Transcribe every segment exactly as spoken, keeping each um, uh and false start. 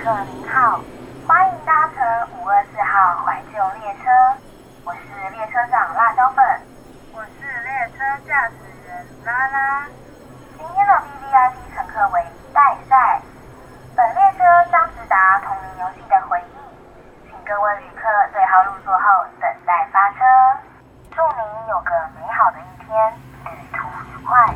客您好，欢迎搭乘五二四号怀旧列车，我是列车长辣椒粉， 我是列车驾驶员拉拉。 今天的 V V I P 乘客为戴赛，本列车将直达童年游戏的回忆，请各位旅客对号入座后等待发车，祝您有个美好的一天，旅途愉快。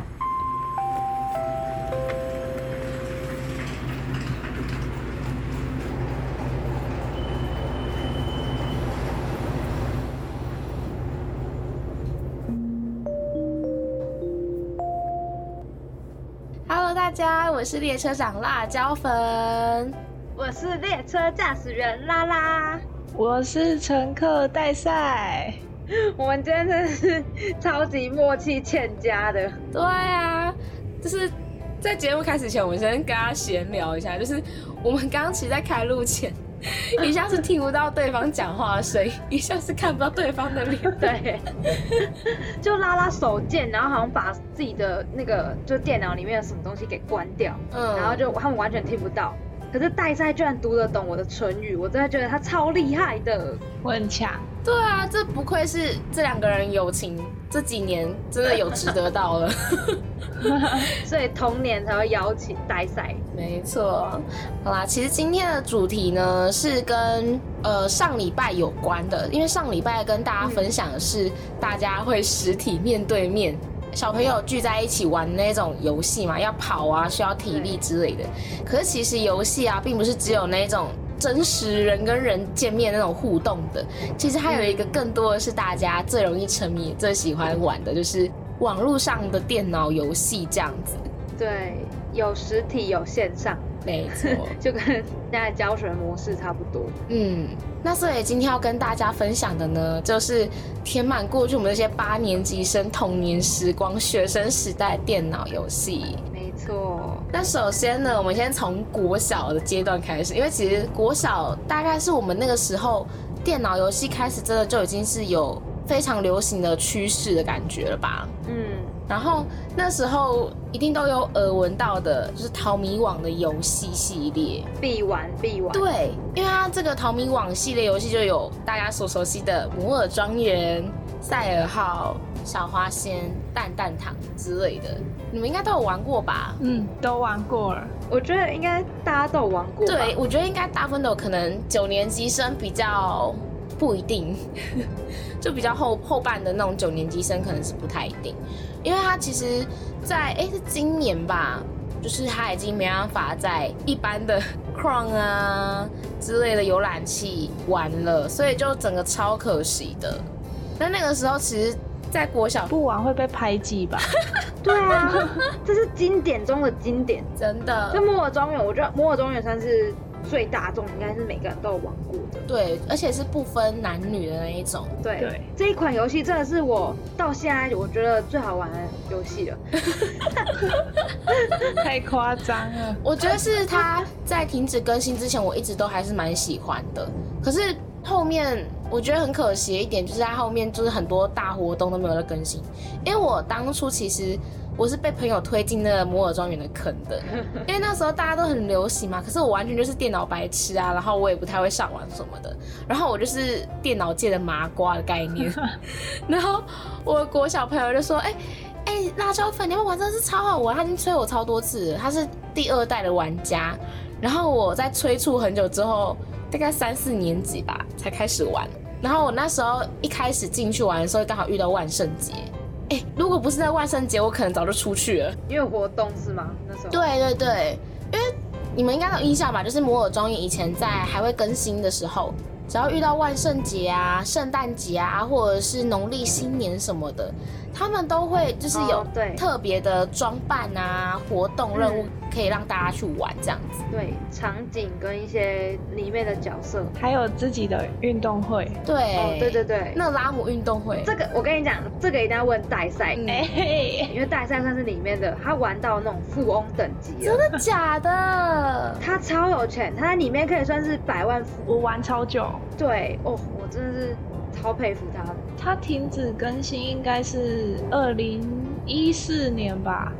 Hello， 大家，我是列车长辣椒粉， 我是列车驾驶员拉拉， 我是乘客戴赛。 我们今天真的是超级默契欠佳的。 对啊，就是在节目开始前，我们先跟大家闲聊一下，就是我们刚刚其实在开录前，一下是听不到对方讲话的声音，一下是看不到对方的脸。 对，就拉拉手贱，然后好像把自己的那个就电脑里面的什么东西给关掉，嗯，然后就他们完全听不到。可是戴赛居然读得懂我的唇语，我真的觉得他超厉害的， 我很强。 对啊，这不愧是这两个人友情这几年真的有值得到了， 所以同年才会邀请戴赛。 没错，好啦，其实今天的主题呢是跟呃上礼拜有关的，因为上礼拜跟大家分享的是大家会实体面对面。小朋友聚在一起玩那种游戏嘛，要跑啊，需要体力之类的。可是其实游戏啊，并不是只有那种真实人跟人见面那种互动的，其实还有一个更多的是大家最容易沉迷、最喜欢玩的，就是网络上的电脑游戏这样子。 对，有实体有线上。 没错， 就跟现在教学模式差不多。 嗯，那所以今天要跟大家分享的呢，就是填满过去我们这些八年级生童年时光、学生时代电脑游戏。 没错。 那首先呢，我们先从国小的阶段开始，因为其实国小大概是我们那个时候电脑游戏开始，真的就已经是有非常流行的趋势的感觉了吧？嗯。然后那时候一定都有耳闻到的，就是淘米网的游戏系列， 必玩必玩。 对，因为它这个淘米网系列游戏就有大家所熟悉的摩尔庄园、赛尔号、小花仙、蛋蛋糖之类的，你们应该都有玩过吧？ 嗯，都玩过了。 我觉得应该大家都有玩过。 对，我觉得应该大部分都有，可能九年级生比较不一定，就比较后后半的那种九年级生可能是不太一定。因为它其实在，哎，是今年吧，就是它已经没办法在一般的 Chrome 啊之类的浏览器玩了，所以就整个超可惜的。但那个时候其实在国小不玩会被排挤吧？ 对啊，这是经典中的经典， 真的。 就摩尔庄园，我觉得摩尔庄园算是最大众，应该是每个人都有玩过的。 对，而且是不分男女的那一种。 对，对，这一款游戏真的是我到现在我觉得最好玩的游戏了。 太夸张了。 我觉得是它在停止更新之前，我一直都还是蛮喜欢的。可是后面我觉得很可惜的一点，就是在后面就是很多大活动都没有在更新。因为我当初其实我是被朋友推进那个摩尔庄园的坑的，因为那时候大家都很流行嘛，可是我完全就是电脑白痴啊，然后我也不太会上网什么的，然后我就是电脑界的麻瓜的概念。然后我国小朋友就说：“哎、欸、哎、欸，辣椒粉，你们玩真的是超好玩，他已经催我超多次了，他是第二代的玩家。”然后我在催促很久之后，大概三四年级吧才开始玩。然后我那时候一开始进去玩的时候，刚好遇到万圣节。哎、欸，如果不是在万圣节，我可能早就出去了。 因为活动是吗？那时候。 对对对，因为你们应该有印象吧？就是摩尔庄园以前在还会更新的时候，只要遇到万圣节啊、圣诞节啊，或者是农历新年什么的，他们都会就是有特别的装扮啊、活动任务可以让大家去玩这样子。 对，场景跟一些里面的角色， 还有自己的运动会。 对、 哦，对对对， 那拉姆运动会， 这个我跟你讲，这个一定要问戴赛， 嗯欸、因为戴赛算是里面的，他玩到那种富翁等级了。 真的假的？ 他超有钱，他在里面可以算是百万富翁。 我玩超久。 对哦，我真的是超佩服他的。 他停止更新应该是二零一四年吧。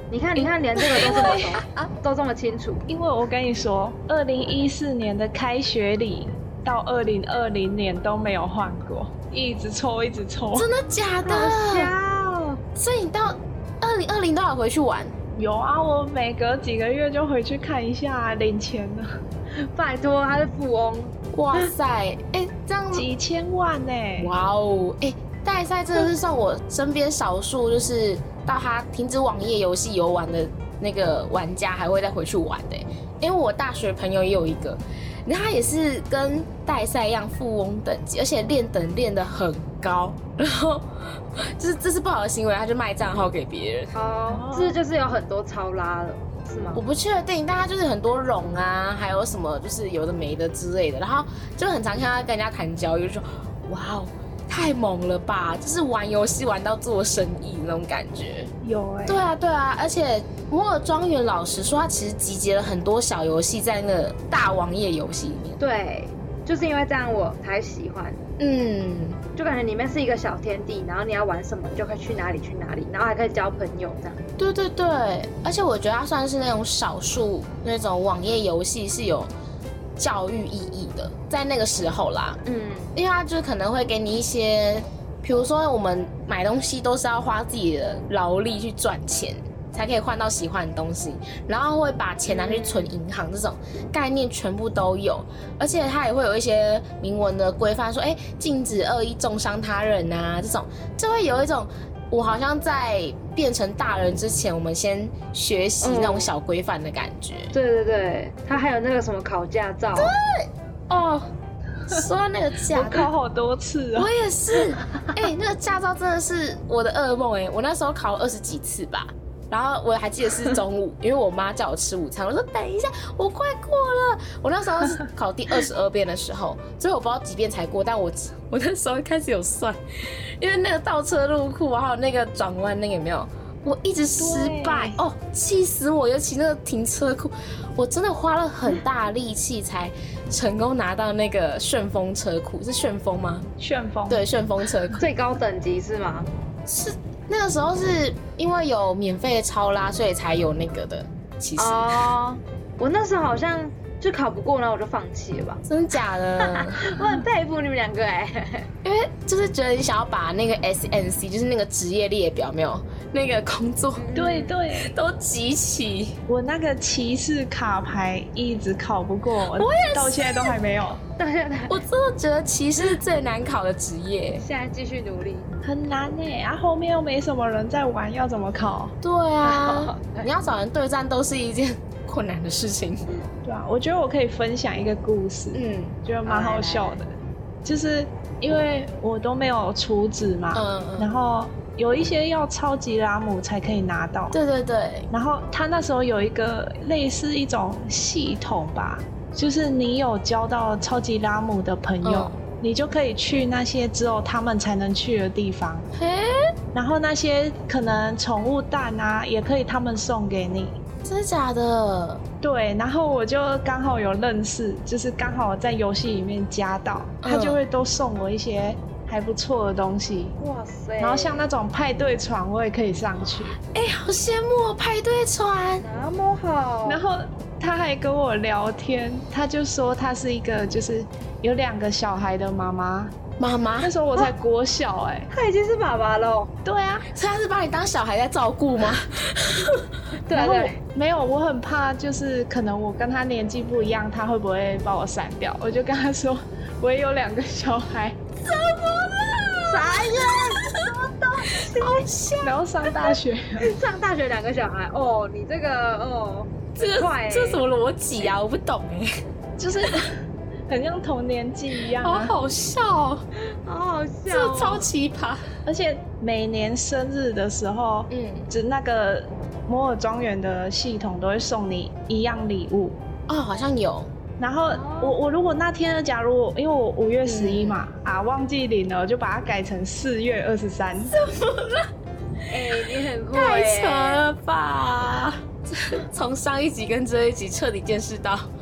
你看，你看，连这个都这么熟啊，都这么清楚。 因为我跟你说，二零一四年的开学礼到二零二零年都没有换过，一直抽，一直抽。 真的假的？ 好笑哦。 所以你到二零二零都要回去玩？ 有啊，我每隔几个月就回去看一下领钱了。 拜托，他是富翁。 哇塞，哎、欸，这样几千万呢、欸！ 哇哦，哎、欸，代赛真的是算我身边少数，就是到他停止网页游戏游玩的那个玩家，还会再回去玩的、欸。因为我大学朋友也有一个，他也是跟代赛一样富翁等级，而且练等练得很高，然后就是这是不好的行为，他就卖账号给别人。 哦，这就是有很多超拉了。是吗？ 我不确定，但他就是很多冗啊，还有什么就是有的没的之类的，然后就很常看他跟人家谈交易，就说哇哦，太猛了吧，就是玩游戏玩到做生意那种感觉。 有哎、欸。 对啊对啊，而且摩尔庄园老实说，他其实集结了很多小游戏在那个大网页游戏里面。 对，就是因为这样我才喜欢。 嗯， 就感觉里面是一个小天地，然后你要玩什么，你就可以去哪里去哪里，然后还可以交朋友这样。 对对对，而且我觉得它算是那种少数那种网页游戏是有教育意义的，在那个时候啦，嗯，因为它就可能会给你一些，比如说我们买东西都是要花自己的劳力去赚钱，才可以换到喜欢的东西，然后会把钱拿去存银行，这种概念全部都有，而且它也会有一些明文的规范，说，哎，禁止恶意重伤他人啊，这种就会有一种。我好像在变成大人之前，我们先学习那种小规范的感觉。 嗯、对对对，他还有那个什么考驾照。 对，哦，说到那个驾照， 我考好多次哦。 我也是，哎、欸，那个驾照真的是我的噩梦哎！我那时候考了二十几次吧。然后我还记得是中午，因为我妈叫我吃午餐，我说等一下，我快过了。我那时候是考第二十二遍的时候，最后我不知道几遍才过，但我我那时候开始有算，因为那个倒车入库还有那个转弯那个有没有，我一直失败哦，气死我！尤其那个停车库，我真的花了很大力气才成功拿到那个旋风车库，是旋风吗？ 旋风， 对，旋风车库最高等级是吗？ 是。那个时候是因为有免费的超拉，所以才有那个的。其实哦，我那时候好像就考不过，然后我就放弃了吧？ 真的假的？ 我很佩服你们两个哎、欸， 因为就是觉得你想要把那个 S N C， 就是那个职业列表没有那个工作， 对对， 都集齐。 我那个骑士卡牌一直考不过，我也到现在都还没有。 对对对， 我真的觉得骑士是最难考的职业。 现在继续努力， 很难哎、欸，啊后面又没什么人在玩，要怎么考？ 对啊，你要找人对战都是一件困难的事情。 对啊，我觉得我可以分享一个故事，嗯，觉得蛮好笑的，就是因为我都没有储值嘛，嗯，然后有一些要超级拉姆才可以拿到， 对对对， 然后他那时候有一个类似一种系统吧。就是你有交到超级拉姆的朋友，嗯、你就可以去那些只有他们才能去的地方。然后那些可能宠物蛋啊，也可以他们送给你。 真的假的？ 对，然后我就刚好有认识，就是刚好在游戏里面加到，嗯、他就会都送我一些还不错的东西。 哇塞！ 然后像那种派对船，我也可以上去。 哎、欸，好羡慕哦，派对船那么好。 然后他还跟我聊天，他就说他是一个就是有两个小孩的妈妈。 妈妈？ 那时候我才国小哎、欸， 他已经是爸爸了。 对啊， 所以他是把你当小孩在照顾吗？ 对对， 没有，我很怕就是可能我跟他年纪不一样，他会不会把我删掉？我就跟他说我也有两个小孩。 怎么了？ 傻眼，什么东西？ 好笑。 然后上大学， 上大学两个小孩哦，你这个哦， 这个快、欸， 这什么逻辑啊？我不懂哎、欸， 就是很像同年纪一样、啊， 好好笑、哦， 好好笑、哦， 这超奇葩。 而且每年生日的时候，嗯，只那个摩尔庄园的系统都会送你一样礼物哦，好像有。 然后我我如果那天假如因为我五月十一嘛、嗯、啊忘记领了，我就把它改成四月二十三。 怎么了？ 哎、欸，你很会、 欸，太扯了吧！从上一集跟这一集彻底见识到，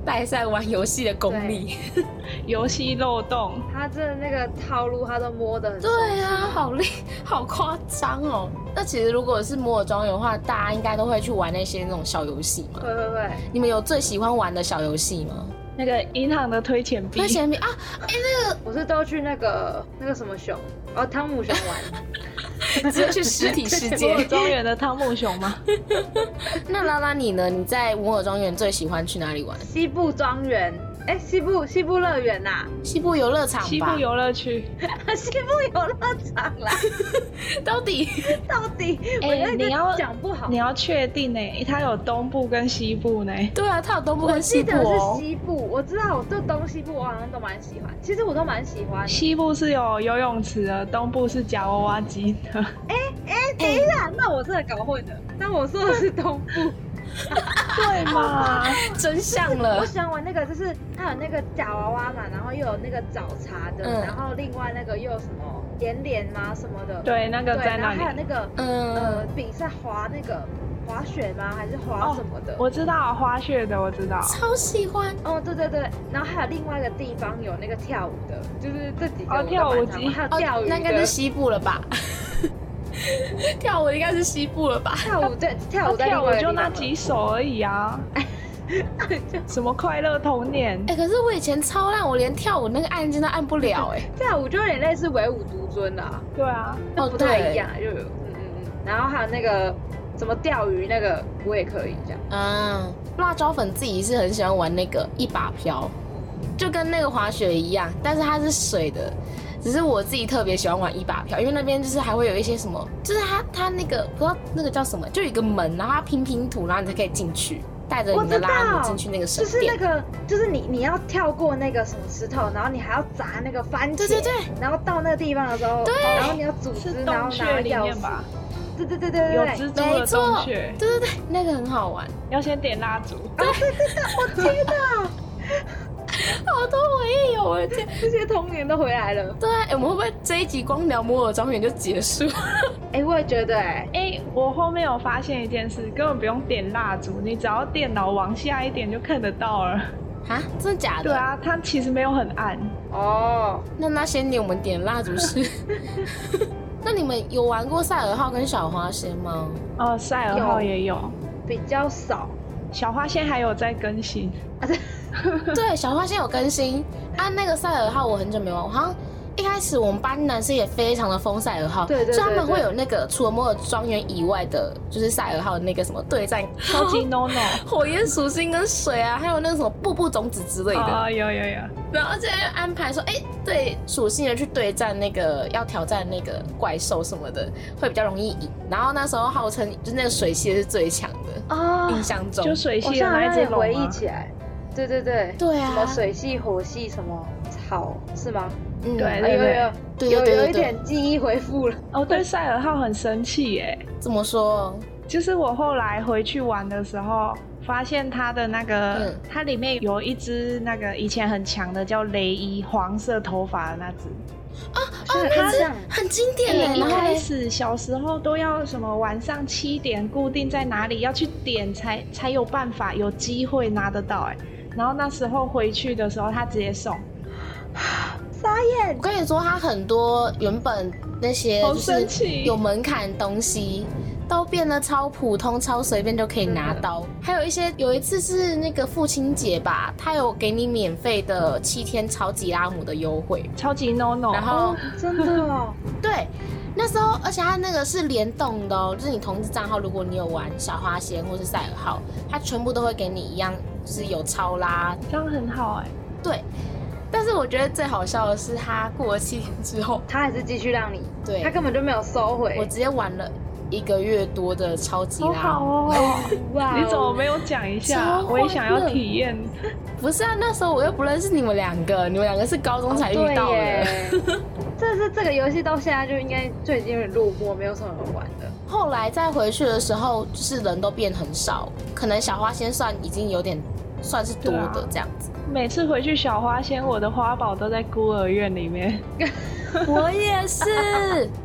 代赛玩游戏的功力， 游戏漏洞， 他这那个套路他都摸得很熟。 对啊，好厉，好夸张哦。那其实如果是摩尔庄园的话，大家应该都会去玩那些那种小游戏嘛。 会会会。 你们有最喜欢玩的小游戏吗？ 那个银行的推钱币， 推钱币啊！哎、欸，那个我是都去那个那个什么熊哦，汤姆熊玩， 直接去实体世界。 摩尔庄园的汤姆熊吗？ 那拉拉你呢？你在摩尔庄园最喜欢去哪里玩？ 西部庄园。哎、欸，西部西部乐园呐， 西部游乐场吧， 西部游乐区， 西部游乐场啦， 到底到底， 哎、欸，你要讲不好， 你要确定呢、欸，它有东部跟西部呢。 对啊，它有东部跟西部哦。我记得是西部，我知道，我对东西部我好像都蛮喜欢，其实我都蛮喜欢。 西部是有游泳池的，东部是夹娃娃机的。 哎哎、欸，等一下，那我真的搞混了，那我说的是东部。 对嘛？ 真相了。 我喜欢玩那个，就是它有那个假娃娃嘛，然后又有那个找茬的，嗯、然后另外那个又有什么连连嘛什么的。 对，那个在那里。 然后还有那个嗯呃比赛滑那个滑雪吗？还是滑什么的？ 哦、我知道滑雪的，我知道。 超喜欢。 哦，对对对，然后还有另外一个地方有那个跳舞的，就是这几个哦跳舞机， 还有钓鱼的、 哦，那应该是西部了吧？跳舞应该是西部了吧？ 跳舞对，跳舞在跳舞就那几首而已啊。什么快乐童年？ 哎、欸，可是我以前超烂，我连跳舞那个按键都按不了哎、欸。 跳舞就有点类似唯舞独尊啦。 对啊， 哦，不太一样，就有嗯嗯嗯。然后还有那个什么钓鱼那个，我也可以这样。 嗯，辣椒粉自己是很喜欢玩那个一把漂，就跟那个滑雪一样，但是它是水的。只是我自己特别喜欢玩一把漂，因为那边就是还会有一些什么，就是它它那个不知道那个叫什么，就有一个门，然后它拼拼图，然后你才可以进去，带着你的拉姆进去那个神殿。 就是那个，就是你你要跳过那个什么石头，然后你还要砸那个番茄， 对对对， 然后到那个地方的时候， 对， 然后你要组织，然后拿钥匙吧。对对对对对， 有蜘蛛的洞穴， 对对对，那个很好玩， 要先点蜡烛。 对对对，我天哪！ 好多回忆哦！我的天， 这些童年都回来了。 对啊，欸、我们会不会这一集光聊摩尔庄园就结束？ 哎、欸，我也觉得哎、 欸。哎、欸，我后面有发现一件事，根本不用点蜡烛，你只要电脑往下一点就看得到了。 啊，真的假的？ 对啊，它其实没有很暗。 哦， 那那些年我们点蜡烛是？那你们有玩过赛尔号跟小花仙吗？ 哦，赛尔号也有， 比较少。 小花仙还有在更新。 啊对，小花仙有更新啊。那个赛尔号我很久没玩，我好像一开始我们班男生也非常的疯赛尔号， 对对对对， 所以他们会有那个除了摩尔庄园以外的，就是赛尔号的那个什么对战， 超级 no no， 火焰属性跟水啊，还有那个什么步步种子之类的。 啊、哦，有有有。 然后现在安排说，哎、欸，对属性的去对战那个要挑战那个怪兽什么的，会比较容易赢。然后那时候号称就是那个水系是最强的啊、哦，印象中就水系的那一只龙啊。 回忆起来。对对对， 对啊， 什么水系、火系什么草是吗？ 嗯， 对对对， 有有有有一点记忆恢复了。 哦，对，赛尔号很生气耶。 怎么说？ 就是我后来回去玩的时候，发现它的那个，嗯、它里面有一只那个以前很强的叫雷伊，黄色头发的那只。 啊啊，那只很经典的。 一开始小时候都要什么晚上七点固定在哪里要去点才才有办法有机会拿得到哎。然后那时候回去的时候，他直接送， 傻眼！ 我跟你说，他很多原本那些就是有门槛的东西，都变得超普通、超随便就可以拿到。还有一些，有一次是那个父亲节吧，他有给你免费的七天超级拉姆的优惠， 超级 no no。 然后、 哦、真的哦， 对。那时候，而且它那个是联动的哦，就是你同志账号，如果你有玩小花仙或是赛尔号，它全部都会给你一样，就是有超拉， 这样很好哎、欸。 对，但是我觉得最好笑的是，它过了七天之后， 它还是继续让你， 对， 它根本就没有收回。 我直接玩了一个月多的超级拉， 好好哦！哇，你怎么没有讲一下？我也想要体验。 不是啊，那时候我又不认识你们两个，你们两个是高中才遇到的。 哦这是这个游戏到现在就应该就已经有点落寞，没有什么人玩的。 后来再回去的时候，就是人都变很少，可能小花仙算已经有点算是多的这样子。 啊、每次回去小花仙，我的花宝都在孤儿院里面。 我也是。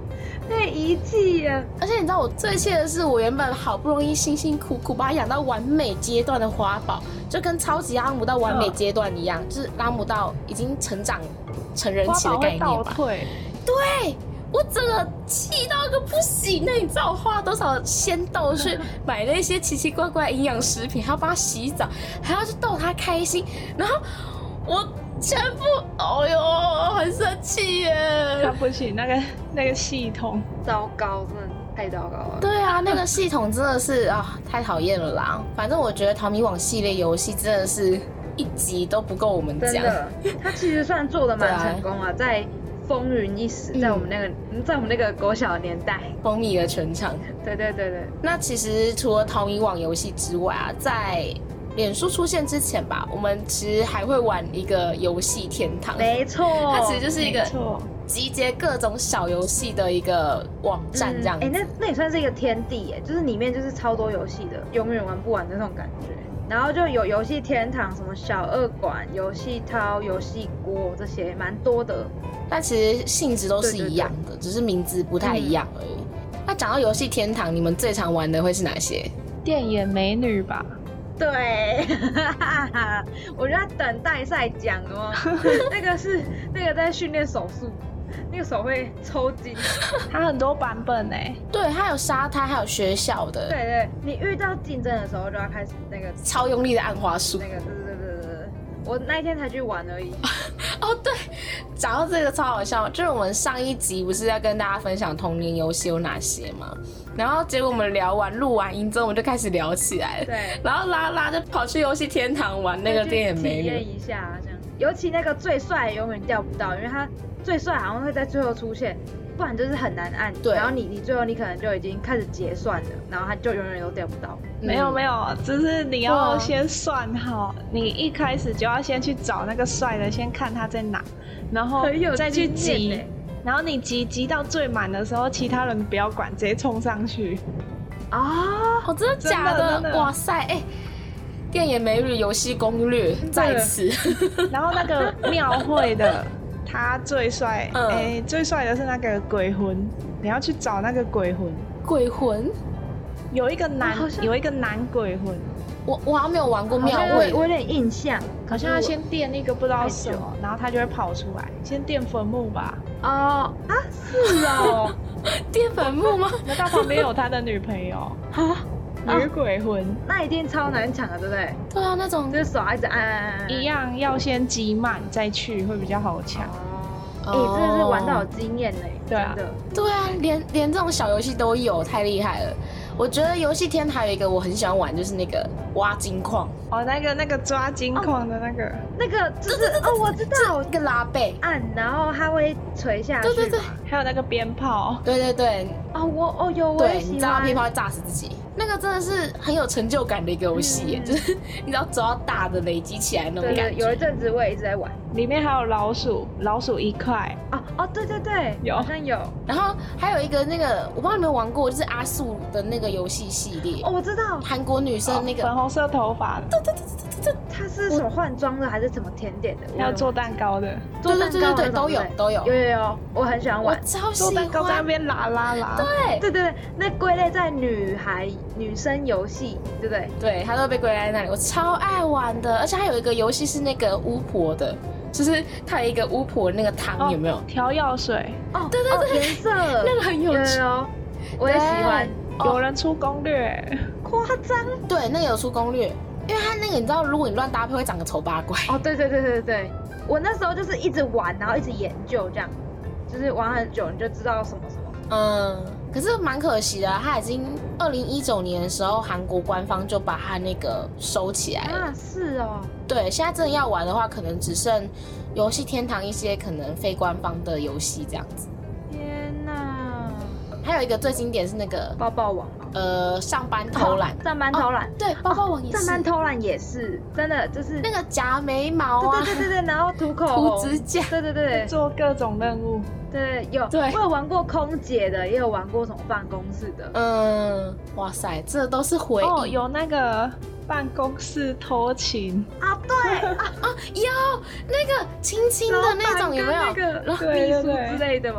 太遗弃了。 而且你知道我最气的是，我原本好不容易辛辛苦苦把它养到完美阶段的花宝，就跟超级拉姆到完美阶段一样，嗯、就是拉姆到已经成长成人期的概念吧。 花宝会倒退。 对。我真的气到一个不行，那你知道我花了多少鲜豆去买那些奇奇怪怪的营养食品，还要帮它洗澡，还要去逗它开心，然后我全部，哎呦，很生气耶！ 他不行，那个那个系统糟糕，真的太糟糕了。 对啊，那个系统真的是啊，太讨厌了啦。反正我觉得淘米网系列游戏真的是一集都不够我们讲。 真的，它其实算做的蛮成功啊，在。风云一时，在我们那个，嗯、在我们那个国小的年代， 风靡了全场。 对对对对。 那其实除了淘米网游戏之外啊，在脸书出现之前吧，我们其实还会玩一个游戏天堂。 没错， 它其实就是一个集结各种小游戏的一个网站这样子。 哎、嗯欸，那那也算是一个天地耶，就是里面就是超多游戏的，永远玩不完的那种感觉。然后就有游戏天堂，什么小二馆、游戏涛、游戏锅这些，蛮多的。 但其实性质都是一样的，对对对，只是名字不太一样而已。嗯、那讲到游戏天堂，你们最常玩的会是哪些？ 电眼美女吧。 对，我就在等待赛讲哦。那个是那个在训练手速。那个手会抽筋， 它很多版本哎， 对，它有沙滩，还有学校的。 对对，你遇到竞争的时候就要开始那个超用力的按滑鼠。 那个，对对对对对，我那一天才去玩而已。 哦，对，讲到这个超好笑，就是我们上一集不是要跟大家分享童年游戏有哪些吗？然后结果我们聊完录完音之后，我们就开始聊起来了。对，然后拉拉就跑去游戏天堂玩那个电眼美女， 体验一下这样。尤其那个最帅永远钓不到，因为他最帅好像会在最后出现，不然就是很难按。对，然后你你最后你可能就已经开始结算了，然后他就永远都钓不到。 嗯、没有没有，就是你要先算好，你一开始就要先去找那个帅的，先看他在哪，然后再去集。然后你集集到最满的时候，其他人不要管，直接冲上去。 啊、哦，真的假的？的哇塞，哎、欸，电眼美女游戏攻略在此。 然后那个庙会的，他最帅，哎、嗯欸，最帅的是那个鬼魂，你要去找那个鬼魂。 鬼魂有一个男，有一个男鬼魂。 我我好像没有玩过庙会， 我有点印象， 好像要先垫一个不知道什么，然后他就会跑出来，先垫坟墓吧。 哦啊，是哦， 垫坟墓吗？ 那他旁边有他的女朋友啊，女鬼魂， 那一定超难抢的，对不对？ 对啊，那种就是手一直按按按， 一样要先积满再去会比较好抢。 哎、欸，真的是玩到有经验呢。 对啊， 对啊，连连这种小游戏都有，太厉害了。我觉得游戏天还有一个我很喜欢玩，就是那个挖金矿。 哦，那个那个抓金矿的那个，哦、 那个就是哦，我知道， 一个拉背按，然后它会垂下去。 对对对， 还有那个鞭炮。 对对对。 哦，我哦有，我也喜欢。 对，你知道鞭炮会炸死自己，那个真的是很有成就感的一个游戏耶，嗯、就是你知道走到大的累积起来那种感觉。 对对，有一阵子我也一直在玩。 里面还有老鼠，老鼠一块。 哦哦，对对对， 有好像有。 然后还有一个那个，我不知道你有没有玩过，就是阿素的那个游戏系列。 哦，我知道， 韩国女生那个、 哦、粉红色头发的。 对对对对对对， 它是什么换装的还是什么甜点的？ 要做蛋糕的。 对对对对对，都有都有。 有有有，我很喜欢玩。 我超喜欢。 做蛋糕在那边拉拉拉。 对对对对，那归类在女孩女生游戏，对不对？ 对，它都被归类在那里，我超爱玩的。而且还有一个游戏是那个巫婆的。就是它有一个巫婆那个汤、哦、有没有调药水？ 哦， 对对对， 颜、哦、色那个很有趣哦，我也喜欢。 有人出攻略， 夸张。 对，那个有出攻略，因为它那个你知道，如果你乱搭配会长个丑八怪。 哦，对对对对对，我那时候就是一直玩，然后一直研究这样，就是玩很久你就知道什么什么。 嗯，可是蛮可惜的，它已经二零一九年的时候，韩国官方就把它那个收起来了。 啊，是哦。 对，现在真的要玩的话，可能只剩游戏天堂一些可能非官方的游戏这样子。 天哪！ 还有一个最经典是那个抱抱网， 呃，上班偷懒、 哦，上班偷懒、 哦，对，抱抱网也是、哦， 上班偷懒也是，真的就是那个夹眉毛啊， 对对对对，然后涂口红、涂指甲， 对对对， 做各种任务。 对，有， 对， 我有玩过空姐的，也有玩过什么办公室的。 嗯，哇塞，这都是回忆。 哦，有那个办公室偷情啊，对啊啊，有那个亲亲的那种，有没有？ 那个秘书之类的吧。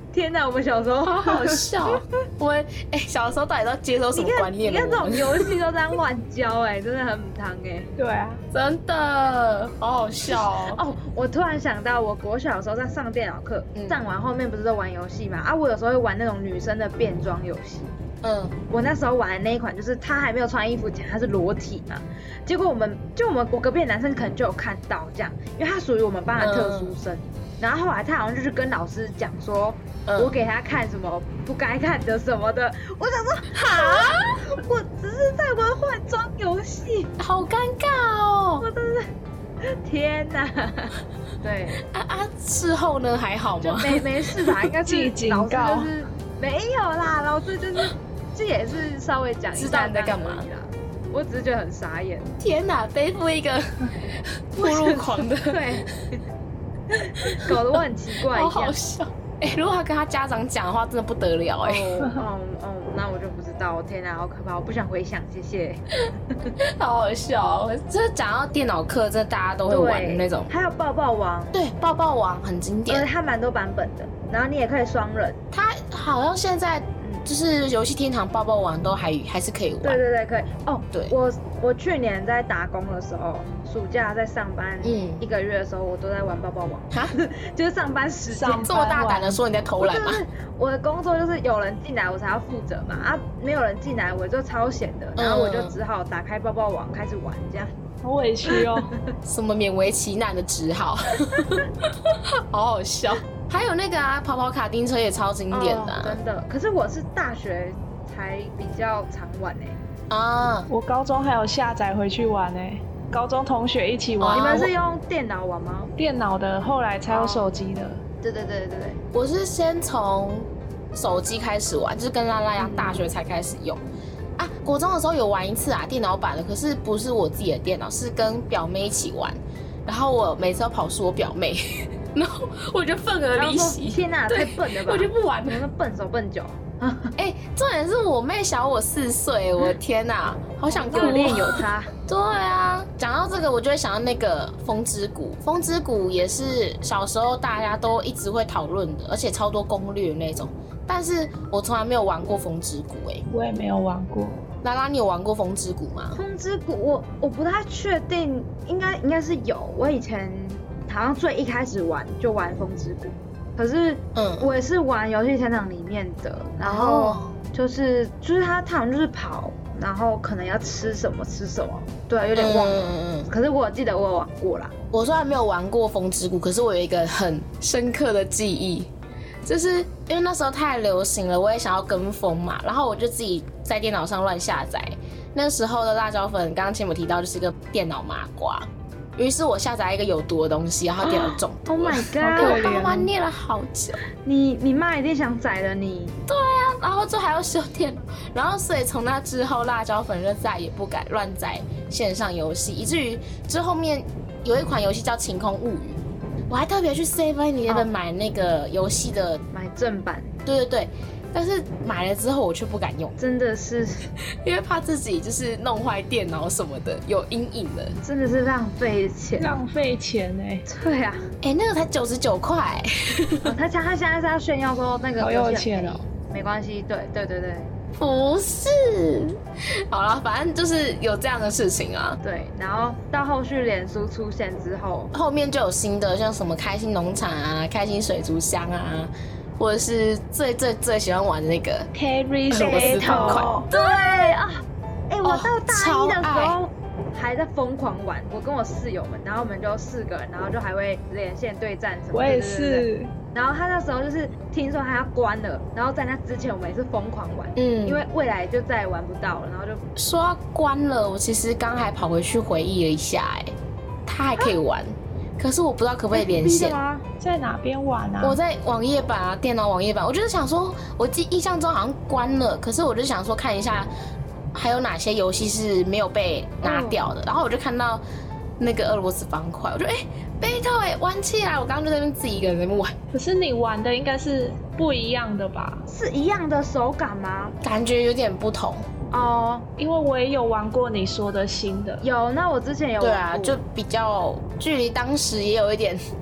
天哪，我们小时候好好笑。我们哎、欸，小时候到底都接受什么观念？ 你看这种游戏都这样乱教，哎，真的很母汤哎。 对啊， 真的好好笑哦。 哦，我突然想到，我国小的时候在上电脑课，嗯、上完后面不是都玩游戏嘛？啊，我有时候会玩那种女生的变装游戏。嗯，我那时候玩的那一款就是他还没有穿衣服前他是裸体嘛，结果我们就我们我隔壁的男生可能就有看到这样，因为他属于我们班的特殊生，嗯、然后后来他好像就是跟老师讲说，嗯、我给他看什么不该看的什么的，我想说哈，我只是在玩换装游戏， 好尴尬哦， 我真是天哪，对啊啊，事后呢还好吗？ 就没没事吧，应该是老师就是没有啦，老师就是。这也是稍微讲一下， 知道你在干嘛啦。我只是觉得很傻眼。 天哪，背负一个暴露狂的， 对，搞得我很奇怪一样。 好好笑。哎、欸，如果他跟他家长讲的话，真的不得了哎、欸。 哦哦哦，那我就不知道。天哪，好可怕！我不想回想，谢谢。 好好笑、哦，这讲到电脑课，这大家都会玩的那种。 还有抱抱王， 对，抱抱王很经典， 而且它蛮多版本的。然后你也可以双人。 它好像现在。就是游戏天堂抱抱王都还还是可以玩， 对对对，可以哦。 对， 我我去年在打工的时候，暑假在上班，嗯，一个月的时候，我都在玩抱抱王。哈，就是上班时间。 这么大胆的说你在偷懒吗？ 我的工作就是有人进来我才要负责嘛，啊，没有人进来我就超闲的，然后我就只好打开抱抱王开始玩这样。 好委屈哦， 什么勉为其难的只好，好好笑。还有那个啊，跑跑卡丁车也超经典的、啊哦，真的。可是我是大学才比较常玩哎、 欸。啊， 我高中还有下载回去玩哎、欸，高中同学一起玩。 你们是用电脑玩吗？ 电脑的，后来才有手机的。 对对对对对， 我是先从手机开始玩，就是跟拉拉一样，大学才开始用。啊，国中的时候有玩一次啊，电脑版的，可是不是我自己的电脑，是跟表妹一起玩。然后我每次都跑输我表妹。然后我就愤而离席。 天哪，太笨了吧！ 我就不玩了， 你们笨手笨脚。 哎、欸，重点是我妹小我四岁，我的天哪，好想哭。 有练有差。 对啊，讲到这个，我就会想到那个风之谷。风之谷也是小时候大家都一直会讨论的，而且超多攻略那种。但是我从来没有玩过风之谷、欸，哎， 我也没有玩过。 拉拉，你有玩过风之谷吗？ 风之谷，我我不太确定，应该应该是有。我以前。好像最一开始玩就玩风之谷，可是嗯，我也是玩游戏天堂里面的，然后就是、哦、就是他他好像就是跑，然后可能要吃什么吃什么，对，有点忘了。嗯、可是我记得我有玩过啦。 我虽然没有玩过风之谷，可是我有一个很深刻的记忆，就是因为那时候太流行了，我也想要跟风嘛，然后我就自己在电脑上乱下载。那时候的辣椒粉，刚刚前面提到就是一个电脑麻瓜。于是我下载一个有毒的东西，然后电脑中毒。 Oh my god！ 我爸妈念了好久。 你你妈一定想宰了你。 对啊，然后就还要修电脑，然后所以从那之后，辣椒粉就再也不敢乱载线上游戏，以至于之后面有一款游戏叫《晴空物语》，我还特别去 seven eleven 买那个游戏的、哦、 买正版。 对对对。但是买了之后我却不敢用， 真的是， 因为怕自己就是弄坏电脑什么的，有阴影的， 真的是浪费钱， 浪费钱哎、欸。 对啊， 哎、欸，那个才九十九块， 他他他现在是要炫耀说那个好有钱哦， 没关系，对对对对， 不是，好了，反正就是有这样的事情啊。 对，然后到后续脸书出现之后， 后面就有新的，像什么开心农场啊、开心水族箱啊。或者是最最最喜欢玩的那个 Carry 螺丝方块， 对啊，哎、欸，我到大一的时候还在疯狂玩，我跟我室友们，然后我们就四个人，然后就还会连线对战什么的。 我也是。對對對， 然后他那时候就是听说他要关了，然后在那之前我们也是疯狂玩，嗯，因为未来就再也玩不到了，然后就说要关了。我其实刚还跑回去回忆了一下、欸，哎，他还可以玩。啊，可是我不知道可不可以连线， 在哪边玩啊？ 我在网页版啊，电脑网页版。我就是想说，我记印象中好像关了，可是我就想说看一下还有哪些游戏是没有被拿掉的。嗯、然后我就看到那个俄罗斯方块，我就哎，贝特哎，玩起来！我刚刚就在那边自己一个人在那边玩。 可是你玩的应该是不一样的吧？ 是一样的手感吗？ 感觉有点不同。 哦， 因为我也有玩过你说的新的， 有，那我之前有玩过， 对啊，就比较距离当时也有一点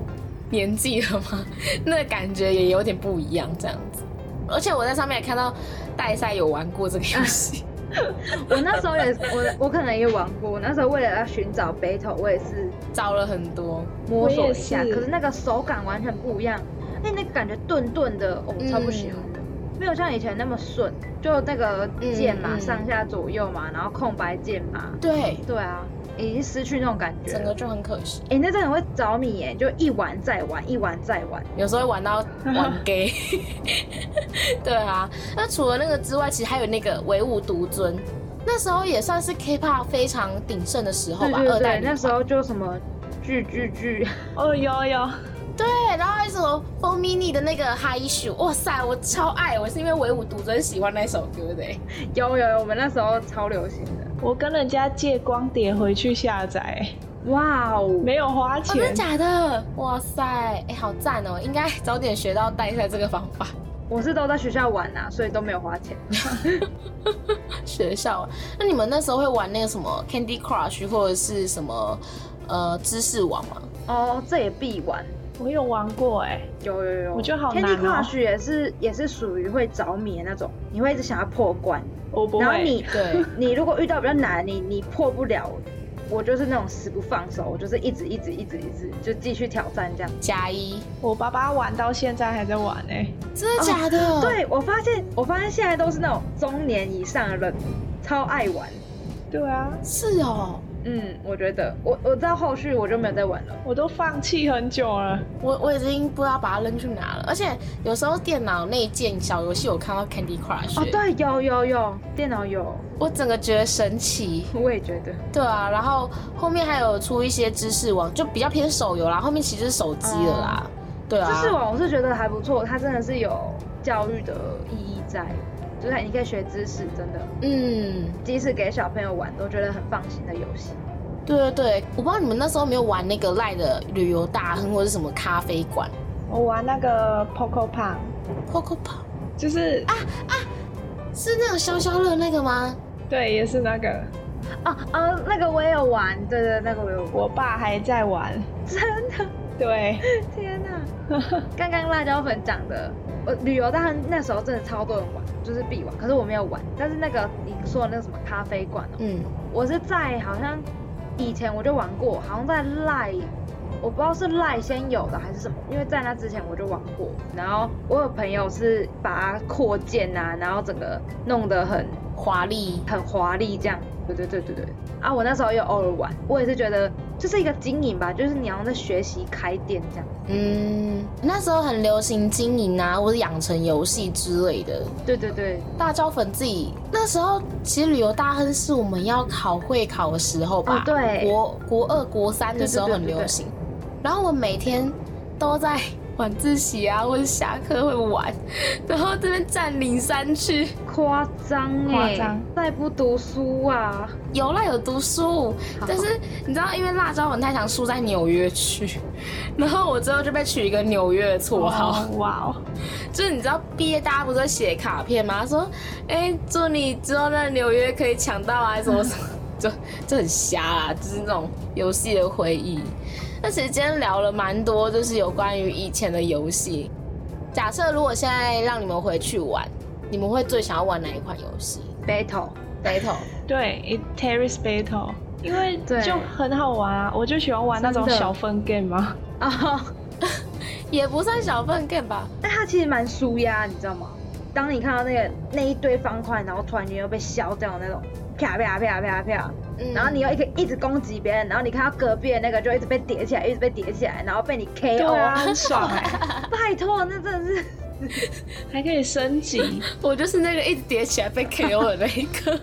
年纪了吗？那感觉也有点不一样这样子。而且我在上面也看到戴赛有玩过这个游戏。 我那时候也我我可能也玩过，我那时候为了要寻找 battle， 我也是找了很多摸索一下，可是那个手感完全不一样，那那个感觉顿顿的，哦，我超不喜欢的，嗯、没有像以前那么顺，就那个键嘛、嗯嗯，上下左右嘛，然后空白键嘛， 对对啊，已经失去那种感觉， 整个就很可惜。 哎、欸，那真的会着迷耶，就一玩再玩，一玩再玩， 有时候会玩到玩 gay。对啊，那除了那个之外，其实还有那个唯舞独尊，那时候也算是 K-pop 非常鼎盛的时候吧。 对对对， 二代那时候就什么剧剧剧， 哦有有， 对，然后还有什么风 mini 的那个 High Issue， 哇塞，我超爱，我是因为唯舞独尊喜欢那首歌的。 有有有，我们那时候超流行的。 我跟人家借光碟回去下载。 哇哦， 没有花钱， 哦、真的假的？哇塞，哎、欸，好赞哦！应该早点学到戴赛这个方法。 我是都在学校玩啊，所以都没有花钱。 学校？那你们那时候会玩那个什么 Candy Crush 或者是什么呃知识网吗？ 哦，这也必玩。 我有玩过哎、欸， 有有有， 我觉得好难哦。 Candy Crush 也是也是属于会着迷的那种，你会一直想要破关。 我不会。 然后你对， 你如果遇到比较难，你你破不了。我就是那种死不放手，我就是一直一直一直一直就继续挑战这样。 加一， 我爸爸玩到现在还在玩哎、欸， 真的假的？ 哦、对，我发现我发现现在都是那种中年以上的人超爱玩。 对啊， 是哦。 嗯，我觉得我我知道后续我就没有再玩了， 我都放弃很久了。 我我已经不知道把它扔去哪了，而且有时候电脑内建小游戏，我看到 Candy Crush。 哦，对，有有有，电脑有， 我整个觉得神奇。 我也觉得。 对啊，然后后面还有出一些知识网，就比较偏手游啦，后面其实是手机了啦。哦、对啊， 知识网我是觉得还不错，它真的是有教育的意义在。就是你可以学知识，真的，嗯，即使给小朋友玩，都觉得很放心的游戏。 对对对，我不知道你们那时候有没有玩那个赖的旅游大亨或者是什么咖啡馆。 我玩那个 Poco Pong，Poco Pong 就是啊啊，是那种消消乐那个吗？ 对，也是那个。 哦哦，那个我也有玩，对对，那个我有玩。 我爸还在玩， 真的。 对， 天哪！刚刚辣椒粉讲的，我旅游大亨那时候真的超多人玩，就是必玩，可是我没有玩。但是那个你说的那个什么咖啡馆哦，嗯，我是在好像以前我就玩过，好像在赖，我不知道是赖先有的还是什么，因为在那之前我就玩过。然后我有朋友是把它扩建啊，然后整个弄得很华丽， 很华丽这样。对对对对对。啊，我那时候有偶尔玩，我也是觉得就是一个经营吧，就是你好像在学习开店这样。 嗯，那时候很流行经营啊，或者养成游戏之类的。 对对对， 大椒粉自己那时候其实旅游大亨是我们要考会考的时候吧？ 哦、对， 国国二、国三的时候很流行。对对对对对，然后我每天都在晚自习啊，或者下课会玩，然后这边占领山区， 夸张哎，再不读书啊？ 有啦，有读书，但是你知道，因为辣椒粉太常住在纽约区，然后我之后就被取一个纽约的绰号。 哇哦！ 就是你知道毕业大家不是会写卡片吗？说，哎、欸，祝你之后在纽约可以抢到啊，什么什么，就就很瞎啦，就是那种游戏的回忆。那其实今天聊了蛮多，就是有关于以前的游戏。假设如果现在让你们回去玩，你们会最想要玩哪一款游戏 ？Battle Battle 对 ，Terrace Battle， 因为就很好玩啊，我就喜欢玩那种小分 game 嘛。 啊， 也不算小分 game 吧， 但它其实蛮舒压，你知道吗？当你看到那个那一堆方块，然后突然间又被削掉的那种，啪啪啪啪啪。嗯、然后你又一个一直攻击别人，然后你看到隔壁的那个就一直被叠起来，一直被叠起来，然后被你 K O， 啊，很爽哎、 欸！拜托，那真的是还可以升级。 我就是那个一直叠起来被 K O 的那一个，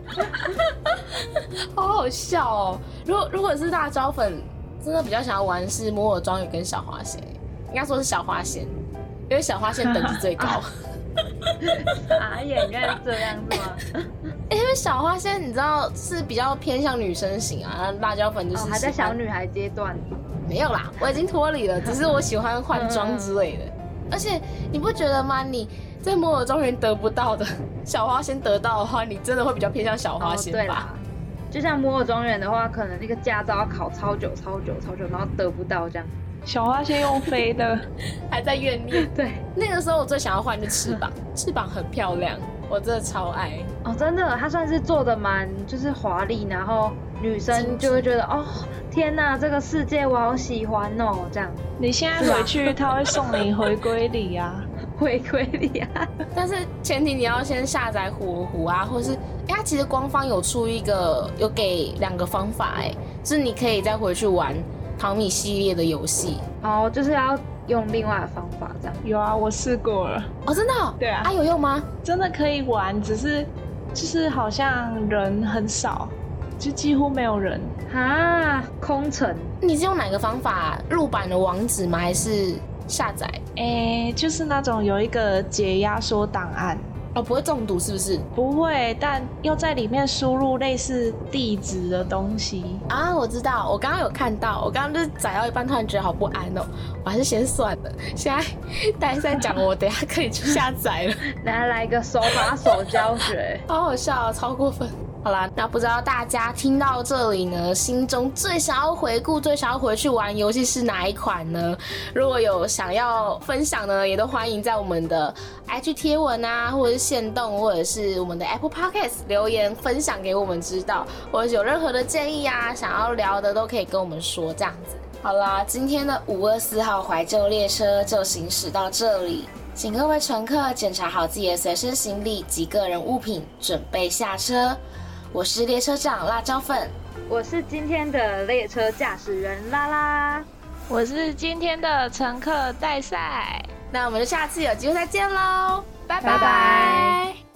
好好笑哦！如果如果是辣椒粉，真的比较想要玩是摩尔庄园跟小花仙，应该说是小花仙，因为小花仙等级最高。 傻眼，原来是这样子吗？ 因为小花仙你知道是比较偏向女生型啊，辣椒粉就是、哦、 还在小女孩阶段。 没有啦，我已经脱离了，只是我喜欢换装之类的。而且你不觉得吗？你在摩尔庄园得不到的，小花仙得到的话，你真的会比较偏向小花仙吧？哦、对啦， 就像摩尔庄园的话，可能那个驾照要考超久、超久、超久，然后得不到这样。 小花仙用飞的， 还在怨念。 对， 那个时候我最想要换的翅膀，翅膀很漂亮，我真的超爱。 哦，真的，它算是做的蛮就是华丽，然后女生就会觉得哦，天哪，这个世界我好喜欢哦，这样。 你现在回去，他会送你回归礼啊。 回归礼啊！ 但是前提你要先下载火狐啊，或者是哎，它其实官方有出一个，有给两个方法哎，就是你可以再回去玩淘米系列的游戏。 哦，就是要用另外的方法这样。 有啊，我试过了。 哦，真的、哦？ 对啊。 啊，有用吗？ 真的可以玩，只是就是好像人很少，就几乎没有人啊，空城。 你是用哪个方法入版的网址吗？还是下载？ 诶、欸，就是那种有一个解压缩档案。 哦，不会中毒是不是？ 不会，但又在里面输入类似地址的东西啊。我知道，我刚刚有看到，我刚刚就是载到一半，突然觉得好不安哦，我还是先算了。现在大家在讲，我等一下可以去下载了。 来来个手把手教学， 好好笑啊，超过分。好啦，那不知道大家听到这里呢，心中最想要回顾、最想要回去玩游戏是哪一款呢？如果有想要分享的呢，也都欢迎在我们的 I G 贴文啊，或者是限动，或者是我们的 Apple Podcast 留言分享给我们知道，或者是有任何的建议啊，想要聊的都可以跟我们说，这样子。好啦，今天的五二四号怀旧列车就行驶到这里，请各位乘客检查好自己的随身行李及个人物品，准备下车。我是列车长辣椒粉， 我是今天的列车驾驶员拉拉， 我是今天的乘客戴赛。 那我们就下次有机会再见喽，拜拜拜。